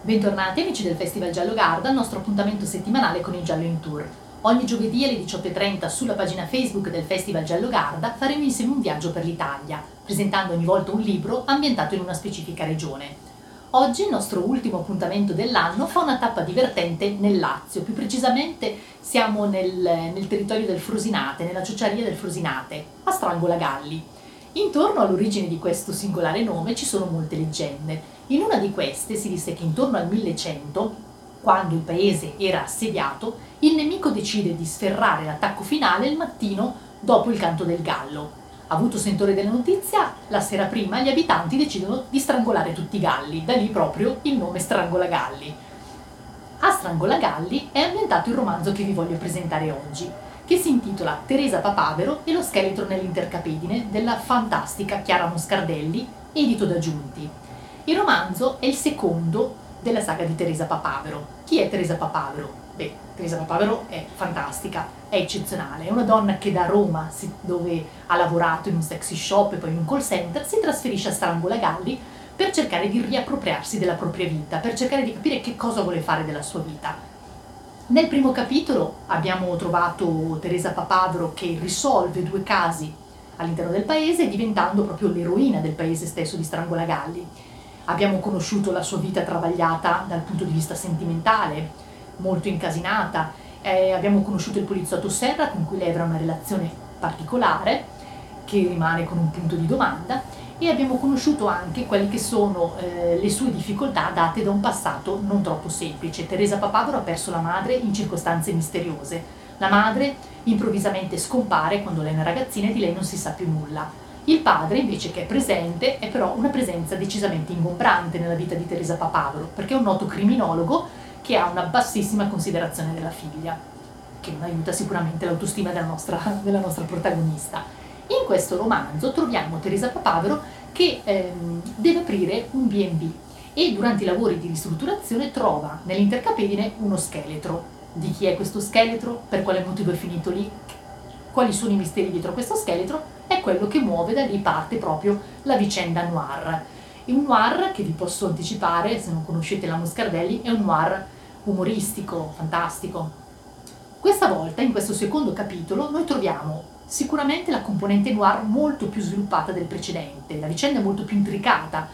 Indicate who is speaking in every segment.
Speaker 1: Bentornati amici del Festival Giallo Garda al nostro appuntamento settimanale con il Giallo in Tour. Ogni giovedì alle 18:30 sulla pagina Facebook del Festival Giallo Garda faremo insieme un viaggio per l'Italia, presentando ogni volta un libro ambientato in una specifica regione. Oggi il nostro ultimo appuntamento dell'anno fa una tappa divertente nel Lazio, più precisamente siamo nel territorio del Frosinate, nella ciociaria del Frosinate, a Strangolagalli. Intorno all'origine di questo singolare nome ci sono molte leggende. In una di queste si disse che intorno al 1100, quando il paese era assediato, il nemico decide di sferrare l'attacco finale il mattino dopo il canto del gallo. Avuto sentore della notizia, la sera prima gli abitanti decidono di strangolare tutti i galli, da lì proprio il nome Strangolagalli. A Strangolagalli è ambientato il romanzo che vi voglio presentare oggi, che si intitola Teresa Papavero e lo scheletro nell'intercapedine della fantastica Chiara Moscardelli, edito da Giunti. Il romanzo è il secondo della saga di Teresa Papavero. Chi è Teresa Papavero? Beh, Teresa Papavero è fantastica, è eccezionale, è una donna che da Roma, dove ha lavorato in un sexy shop e poi in un call center, si trasferisce a Strangolagalli per cercare di riappropriarsi della propria vita, per cercare di capire che cosa vuole fare della sua vita. Nel primo capitolo abbiamo trovato Teresa Papavero che risolve 2 casi all'interno del paese, diventando proprio l'eroina del paese stesso di Strangolagalli. Abbiamo conosciuto la sua vita travagliata dal punto di vista sentimentale, molto incasinata. Abbiamo conosciuto il poliziotto Serra, con cui lei avrà una relazione particolare, che rimane con un punto di domanda, e abbiamo conosciuto anche quelle che sono le sue difficoltà date da un passato non troppo semplice. Teresa Papavero ha perso la madre in circostanze misteriose. La madre improvvisamente scompare quando lei è una ragazzina e di lei non si sa più nulla. Il padre, invece, che è presente, è però una presenza decisamente ingombrante nella vita di Teresa Papavero, perché è un noto criminologo che ha una bassissima considerazione della figlia, che non aiuta sicuramente l'autostima della nostra protagonista. In questo romanzo troviamo Teresa Papavero che deve aprire un B&B e durante i lavori di ristrutturazione trova nell'intercapedine uno scheletro. Di chi è questo scheletro? Per quale motivo è finito lì? Quali sono i misteri dietro questo scheletro? È quello che muove, da lì parte proprio la vicenda noir. È un noir che vi posso anticipare, se non conoscete la Moscardelli, è un noir umoristico, fantastico. Questa volta, in questo secondo capitolo, noi troviamo sicuramente la componente noir molto più sviluppata del precedente, la vicenda è molto più intricata,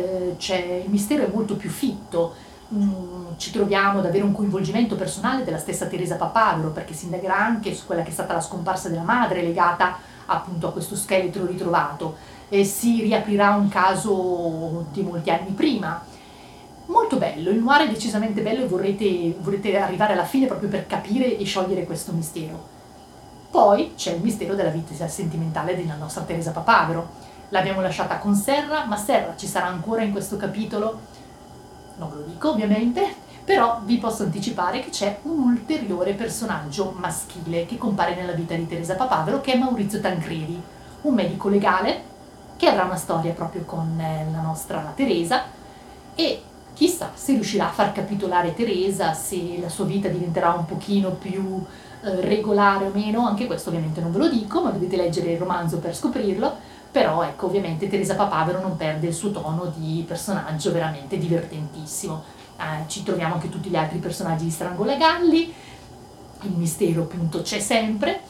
Speaker 1: il mistero è molto più fitto. Ci troviamo ad avere un coinvolgimento personale della stessa Teresa Papavero, perché si indagherà anche su quella che è stata la scomparsa della madre legata appunto a questo scheletro ritrovato, si riaprirà un caso di molti anni prima. Molto bello, il noir è decisamente bello e vorrete arrivare alla fine proprio per capire e sciogliere questo mistero. Poi c'è il mistero della vita sentimentale della nostra Teresa Papavero. L'abbiamo lasciata con Serra, ma Serra ci sarà ancora in questo capitolo? Non ve lo dico ovviamente, però vi posso anticipare che c'è un ulteriore personaggio maschile che compare nella vita di Teresa Papavero, che è Maurizio Tancredi, un medico legale che avrà una storia proprio con la nostra Teresa e chissà se riuscirà a far capitolare Teresa, se la sua vita diventerà un pochino più regolare o meno. Anche questo ovviamente non ve lo dico, ma dovete leggere il romanzo per scoprirlo. Però ecco, ovviamente Teresa Papavero non perde il suo tono di personaggio veramente divertentissimo. Ci troviamo anche tutti gli altri personaggi di Strangolagalli, il mistero appunto c'è sempre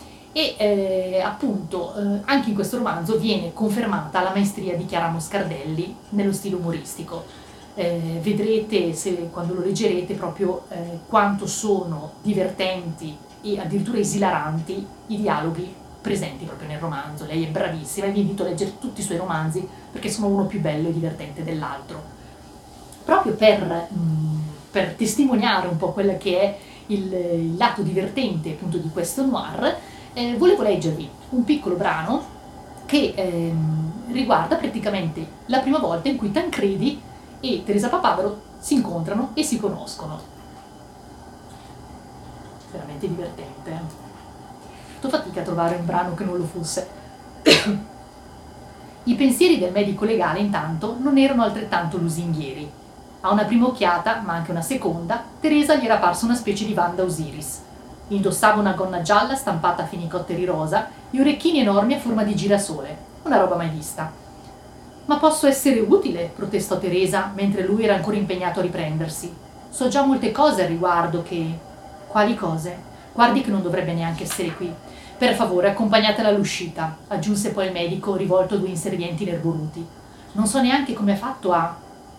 Speaker 1: e appunto anche in questo romanzo viene confermata la maestria di Chiara Moscardelli nello stile umoristico. Vedrete, quando lo leggerete, proprio quanto sono divertenti e addirittura esilaranti i dialoghi presenti proprio nel romanzo. Lei è bravissima e vi invito a leggere tutti i suoi romanzi perché sono uno più bello e divertente dell'altro. Proprio per testimoniare un po' quello che è il lato divertente appunto di questo noir, volevo leggervi un piccolo brano che riguarda praticamente la prima volta in cui Tancredi e Teresa Papavero si incontrano e si conoscono. Veramente divertente. Ho fatto fatica a trovare un brano che non lo fosse. I pensieri del medico legale intanto non erano altrettanto lusinghieri. A una prima occhiata, ma anche una seconda, Teresa gli era parsa una specie di Wanda Osiris. Indossava una gonna gialla stampata a fenicotteri rosa e orecchini enormi a forma di girasole, una roba mai vista. Ma posso essere utile, protestò Teresa, mentre lui era ancora impegnato a riprendersi. So già molte cose al riguardo che... Quali cose? Guardi che non dovrebbe neanche essere qui. Per favore, accompagnatela all'uscita, aggiunse poi il medico, rivolto a due inservienti nerboruti. Non so neanche come ha fatto a...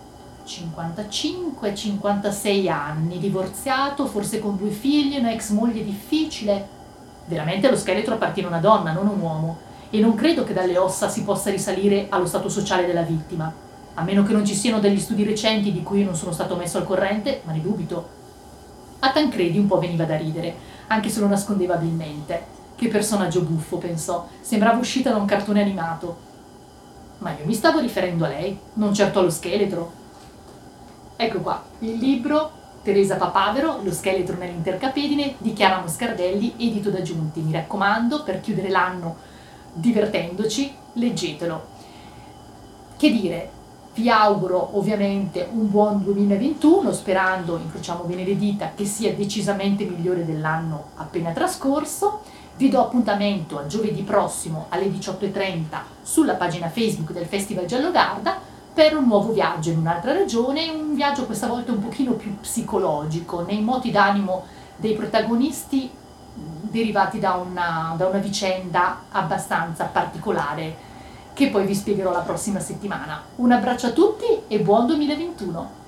Speaker 1: 55-56 anni, divorziato, forse con 2 figli, una ex moglie difficile. Veramente lo scheletro appartiene a una donna, non a un uomo, e non credo che dalle ossa si possa risalire allo stato sociale della vittima, a meno che non ci siano degli studi recenti di cui non sono stato messo al corrente, ma ne dubito. A Tancredi un po' veniva da ridere, anche se lo nascondeva abilmente. Che personaggio buffo, pensò, sembrava uscita da un cartone animato. Ma io mi stavo riferendo a lei, non certo allo scheletro. Ecco qua, il libro Teresa Papavero, Lo scheletro nell'intercapedine di Chiara Moscardelli, edito da Giunti. Mi raccomando, per chiudere l'anno divertendoci, leggetelo. Che dire, vi auguro ovviamente un buon 2021, sperando, incrociamo bene le dita, che sia decisamente migliore dell'anno appena trascorso. Vi do appuntamento a giovedì prossimo alle 18:30 sulla pagina Facebook del Festival Giallogarda per un nuovo viaggio in un'altra regione, un viaggio questa volta un pochino più psicologico, nei moti d'animo dei protagonisti derivati da una vicenda abbastanza particolare che poi vi spiegherò la prossima settimana. Un abbraccio a tutti e buon 2021!